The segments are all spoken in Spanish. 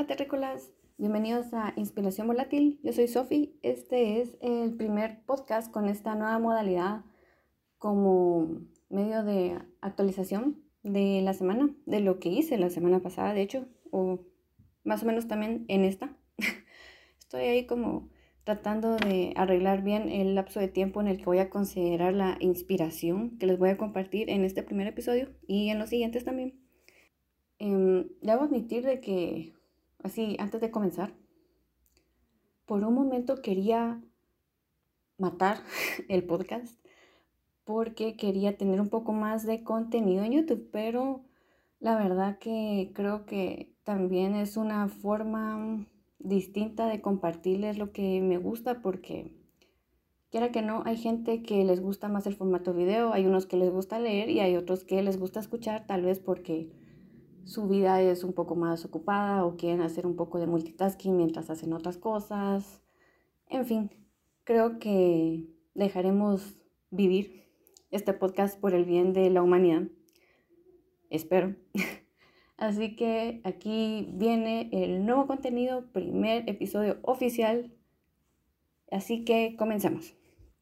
terrícolas, bienvenidos a Inspiración Volátil. Yo soy Sofi. Este es el primer podcast con esta nueva modalidad como medio de actualización de la semana, de lo que hice la semana pasada, de hecho, o más o menos también en esta. Estoy ahí como tratando de arreglar bien el lapso de tiempo en el que voy a considerar la inspiración que les voy a compartir en este primer episodio y en los siguientes también. Debo admitir de que, así, antes de comenzar, por un momento quería matar el podcast porque quería tener un poco más de contenido en YouTube, pero la verdad que creo que también es una forma distinta de compartirles lo que me gusta porque, quiera que no, hay gente que les gusta más el formato video, hay unos que les gusta leer y hay otros que les gusta escuchar, tal vez porque su vida es un poco más ocupada o quieren hacer un poco de multitasking mientras hacen otras cosas. En fin, creo que dejaremos vivir este podcast por el bien de la humanidad. Espero. Así que aquí viene el nuevo contenido, primer episodio oficial. Así que comencemos.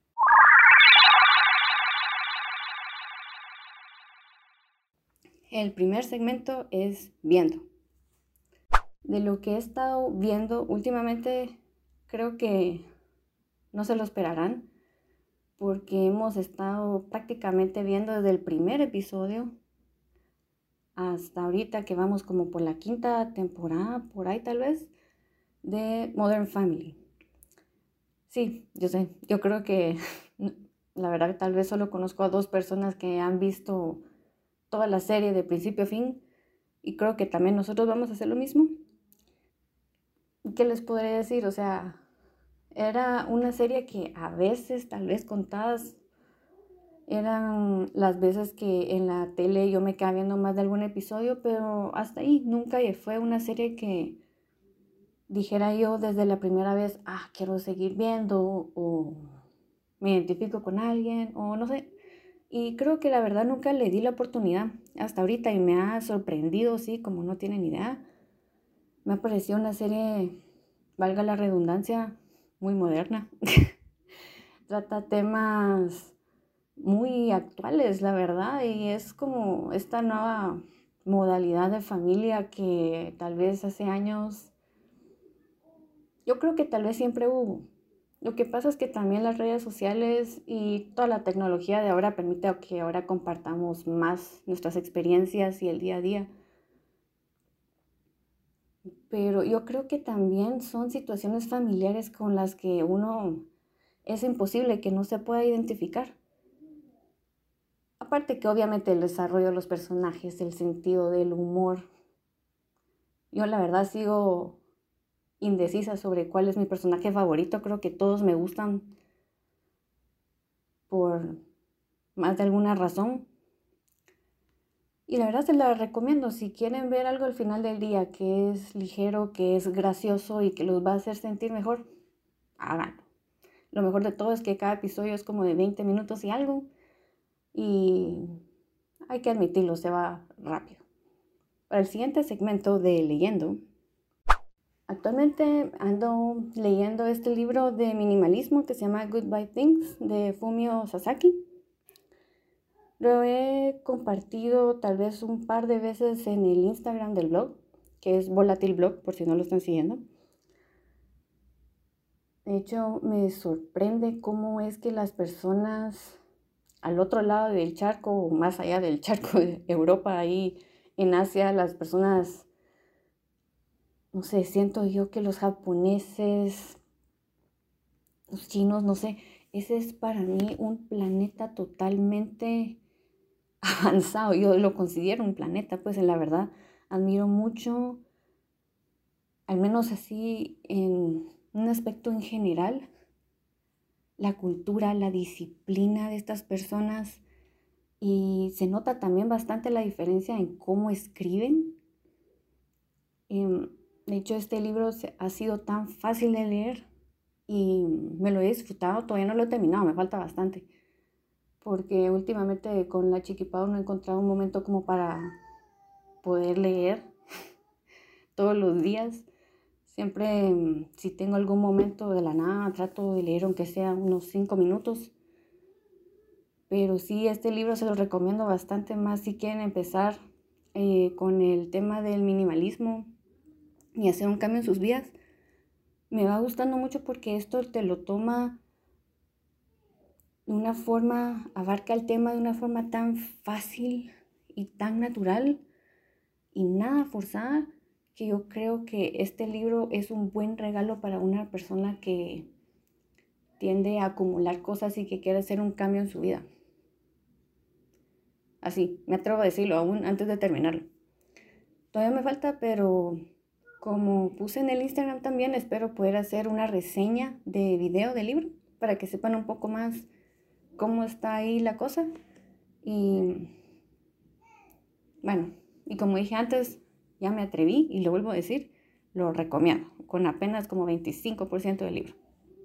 El primer segmento es viendo. De lo que he estado viendo últimamente, creo que no se lo esperarán, porque hemos estado prácticamente viendo desde el primer episodio hasta ahorita que vamos como por la quinta temporada, por ahí tal vez, de Modern Family. Sí, yo sé, yo creo que la verdad tal vez solo conozco a 2 personas que han visto toda la serie de principio a fin y creo que también nosotros vamos a hacer lo mismo. ¿Qué les podré decir? O sea, era una serie que a veces, tal vez contadas, eran las veces que en la tele yo me quedaba viendo más de algún episodio, pero hasta ahí, nunca fue una serie que dijera yo desde la primera vez, quiero seguir viendo, o me identifico con alguien, o no sé. Y creo que la verdad nunca le di la oportunidad hasta ahorita y me ha sorprendido, sí, como no tienen idea. Me ha parecido una serie, valga la redundancia, muy moderna. Trata temas muy actuales, la verdad, y es como esta nueva modalidad de familia que tal vez hace años, yo creo que tal vez siempre hubo. Lo que pasa es que también las redes sociales y toda la tecnología de ahora permite que ahora compartamos más nuestras experiencias y el día a día. Pero yo creo que también son situaciones familiares con las que uno es imposible que no se pueda identificar. Aparte que obviamente el desarrollo de los personajes, el sentido del humor. Yo la verdad sigo indecisa sobre cuál es mi personaje favorito. Creo que todos me gustan por más de alguna razón. Y la verdad se la recomiendo. Si quieren ver algo al final del día que es ligero, que es gracioso y que los va a hacer sentir mejor, háganlo. Lo mejor de todo es que cada episodio es como de 20 minutos y algo. Y hay que admitirlo, se va rápido. Para el siguiente segmento de leyendo, actualmente ando leyendo este libro de minimalismo que se llama Goodbye Things de Fumio Sasaki. Lo he compartido tal vez un par de veces en el Instagram del blog, que es Volátil Blog, por si no lo están siguiendo. De hecho, me sorprende cómo es que las personas al otro lado del charco, o más allá del charco de Europa, ahí en Asia, las personas, no sé, siento yo que los japoneses, los chinos, no sé, ese es para mí un planeta totalmente avanzado. Yo lo considero un planeta, pues en la verdad admiro mucho, al menos así en un aspecto en general, la cultura, la disciplina de estas personas. Y se nota también bastante la diferencia en cómo escriben. De hecho, este libro ha sido tan fácil de leer y me lo he disfrutado. Todavía no lo he terminado, me falta bastante. Porque últimamente con la Chiquipau no he encontrado un momento como para poder leer todos los días. Siempre, si tengo algún momento de la nada, trato de leer aunque sea unos 5 minutos. Pero sí, este libro se lo recomiendo bastante más si quieren empezar con el tema del minimalismo y hacer un cambio en sus vidas. Me va gustando mucho porque esto te lo toma de una forma, abarca el tema de una forma tan fácil y tan natural y nada forzada, que yo creo que este libro es un buen regalo para una persona que tiende a acumular cosas y que quiere hacer un cambio en su vida. Así, me atrevo a decirlo aún antes de terminarlo. Todavía me falta, pero como puse en el Instagram también, espero poder hacer una reseña de video del libro para que sepan un poco más cómo está ahí la cosa. Y bueno, y como dije antes, ya me atreví y lo vuelvo a decir, lo recomiendo, con apenas como 25% del libro.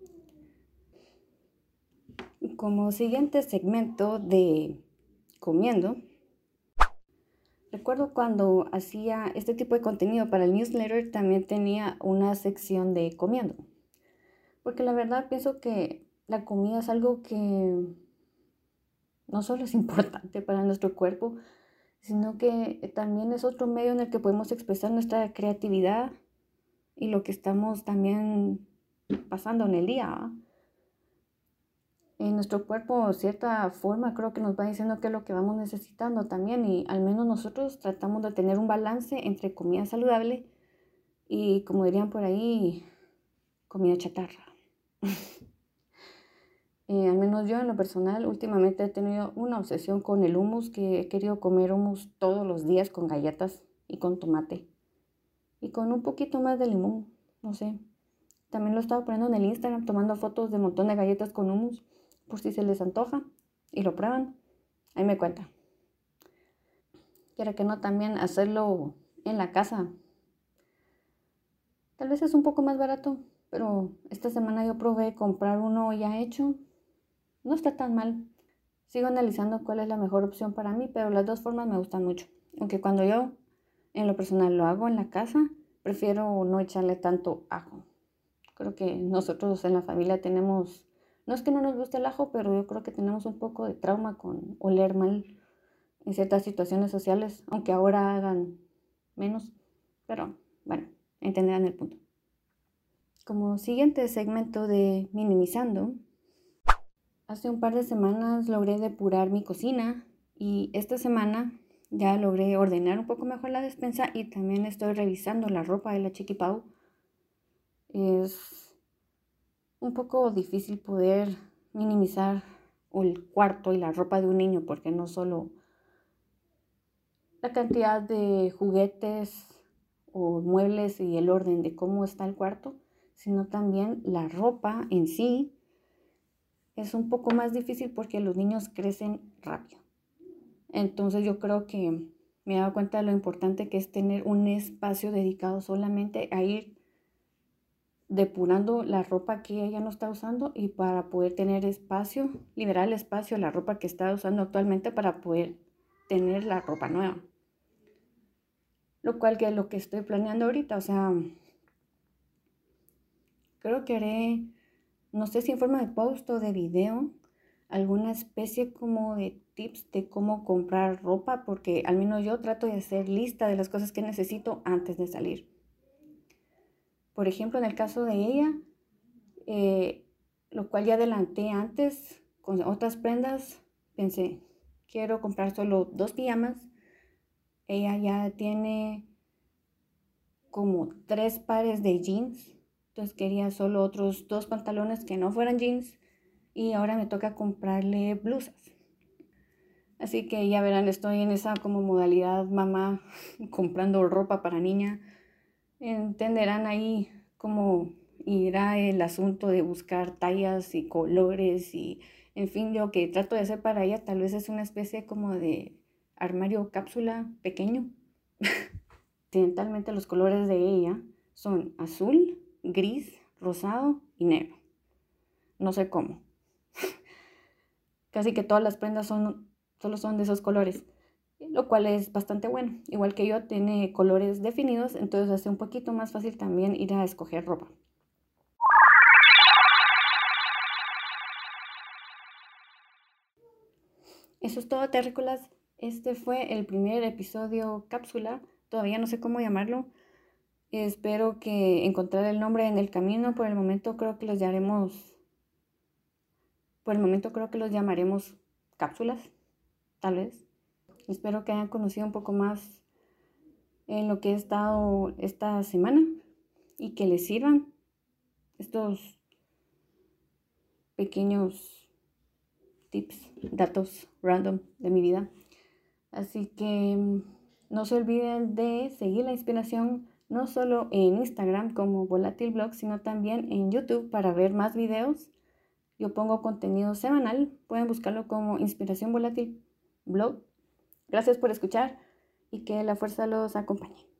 Como siguiente segmento de comiendo, recuerdo cuando hacía este tipo de contenido para el newsletter, también tenía una sección de comiendo. Porque la verdad pienso que la comida es algo que no solo es importante para nuestro cuerpo, sino que también es otro medio en el que podemos expresar nuestra creatividad y lo que estamos también pasando en el día, ¿va? En nuestro cuerpo, de cierta forma, creo que nos va diciendo qué es lo que vamos necesitando también, y al menos nosotros tratamos de tener un balance entre comida saludable y, como dirían por ahí, comida chatarra. Al menos yo en lo personal últimamente he tenido una obsesión con el hummus, que he querido comer hummus todos los días con galletas y con tomate y con un poquito más de limón, no sé. También lo he estado poniendo en el Instagram, tomando fotos de un montón de galletas con hummus, por si se les antoja y lo prueban. Ahí me cuenta. Quiero que no, también hacerlo en la casa. Tal vez es un poco más barato, pero esta semana yo probé comprar uno ya hecho. No está tan mal. Sigo analizando cuál es la mejor opción para mí, pero las dos formas me gustan mucho. Aunque cuando yo, en lo personal, lo hago en la casa, prefiero no echarle tanto ajo. Creo que nosotros en la familia tenemos, no es que no nos guste el ajo, pero yo creo que tenemos un poco de trauma con oler mal en ciertas situaciones sociales, aunque ahora hagan menos. Pero bueno, entenderán el punto. Como siguiente segmento de minimizando, hace un par de semanas logré depurar mi cocina y esta semana ya logré ordenar un poco mejor la despensa y también estoy revisando la ropa de la Chiqui Pau. Es un poco difícil poder minimizar el cuarto y la ropa de un niño, porque no solo la cantidad de juguetes o muebles y el orden de cómo está el cuarto, sino también la ropa en sí. Es un poco más difícil porque los niños crecen rápido. Entonces yo creo que me he dado cuenta de lo importante que es tener un espacio dedicado solamente a ir depurando la ropa que ella no está usando, y para poder tener espacio, liberar el espacio, la ropa que está usando actualmente, para poder tener la ropa nueva. Lo cual que es lo que estoy planeando ahorita, o sea, creo que haré, no sé si en forma de post o de video, alguna especie como de tips de cómo comprar ropa, porque al menos yo trato de hacer lista de las cosas que necesito antes de salir. Por ejemplo, en el caso de ella, lo cual ya adelanté antes con otras prendas, pensé, quiero comprar solo 2 pijamas. Ella ya tiene como 3 pares de jeans, entonces quería solo otros 2 pantalones que no fueran jeans, y ahora me toca comprarle blusas. Así que ya verán, estoy en esa como modalidad mamá comprando ropa para niña. Entenderán ahí cómo irá el asunto de buscar tallas y colores y, en fin, lo que trato de hacer para ella tal vez es una especie como de armario cápsula pequeño. Accidentalmente los colores de ella son azul, gris, rosado y negro. No sé cómo. Casi que todas las prendas solo son de esos colores. lo cual es bastante bueno. Igual que yo, tiene colores definidos, entonces hace un poquito más fácil también ir a escoger ropa. Eso es todo, terrícolas. Este fue el primer episodio cápsula, todavía no sé cómo llamarlo. Espero que encontrar el nombre en el camino. Por el momento creo que los llamaremos cápsulas, tal vez. Espero que hayan conocido un poco más en lo que he estado esta semana y que les sirvan estos pequeños tips, datos random de mi vida. Así que no se olviden de seguir la inspiración no solo en Instagram como Volátil Blog, sino también en YouTube para ver más videos. Yo pongo contenido semanal, pueden buscarlo como Inspiración Volátil Blog. Gracias por escuchar y que la fuerza los acompañe.